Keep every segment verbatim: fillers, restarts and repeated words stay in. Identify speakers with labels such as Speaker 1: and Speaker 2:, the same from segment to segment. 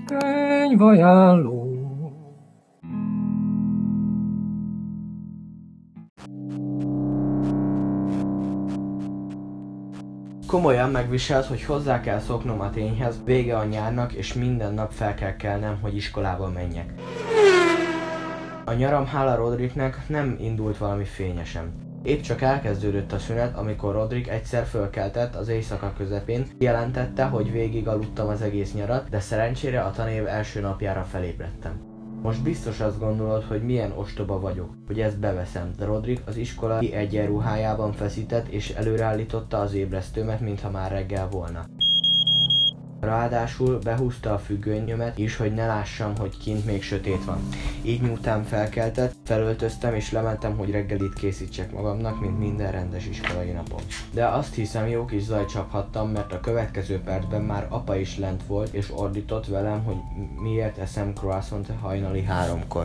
Speaker 1: Könyvajánló.
Speaker 2: Komolyan megviselt, hogy hozzá kell szoknom a tényhez, vége a nyárnak, és minden nap fel kell kelnem, hogy iskolába menjek. A nyaram hála Rodericknek nem indult valami fényesen. Épp csak elkezdődött a szünet, amikor Roderick egyszer fölkeltett az éjszaka közepén, kijelentette, hogy végig aludtam az egész nyarat, de szerencsére a tanév első napjára felébredtem. Most biztos azt gondolod, hogy milyen ostoba vagyok, hogy ezt beveszem, de Roderick az iskolai egyenruhájában feszített és előreállította az ébresztőmet, mintha már reggel volna. Ráadásul behúzta a függönyömet is, hogy ne lássam, hogy kint még sötét van. Így miután felkeltett, felöltöztem és lementem, hogy reggelit készítsek magamnak, mint minden rendes iskolai napon. De azt hiszem, jó kis zaj csaphattam, mert a következő percben már apa is lent volt és ordított velem, hogy miért eszem croissant hajnali háromkor.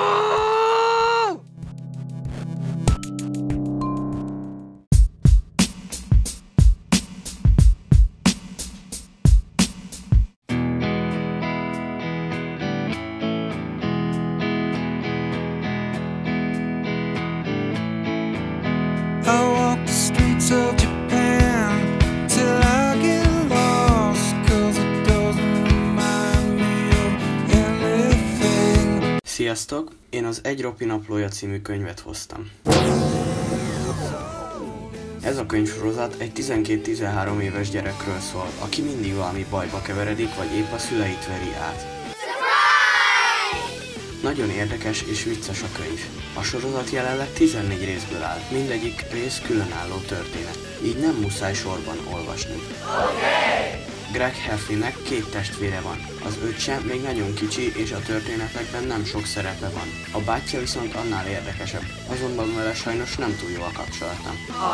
Speaker 3: I walk the streets of Japan till I get lost, 'cause it doesn't remind me of anything.
Speaker 4: Sziasztok! Én az Egy Ropi Naplója című könyvet hoztam. Ez a könyvsorozat egy tizenkét-tizenhárom éves gyerekről szól, aki mindig valami bajba keveredik, vagy épp a szüleit veri át. Nagyon érdekes és vicces a könyv. A sorozat jelenleg tizennégy részből áll, mindegyik rész különálló történet, így nem muszáj sorban olvasni. Okay. Greg Heffleynek két testvére van, az öccse még nagyon kicsi és a történetekben nem sok szerepe van. A bátyja viszont annál érdekesebb, azonban vele sajnos nem túl jó a kapcsolatom.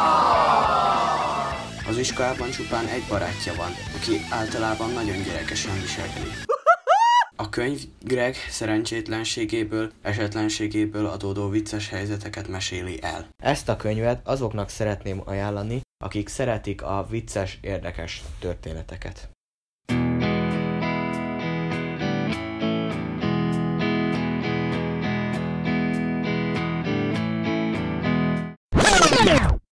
Speaker 4: Az iskolában csupán egy barátja van, aki általában nagyon gyerekesen viselkedik. A könyv Greg szerencsétlenségéből, esetlenségéből adódó vicces helyzeteket meséli el.
Speaker 2: Ezt a könyvet azoknak szeretném ajánlani, akik szeretik a vicces, érdekes történeteket.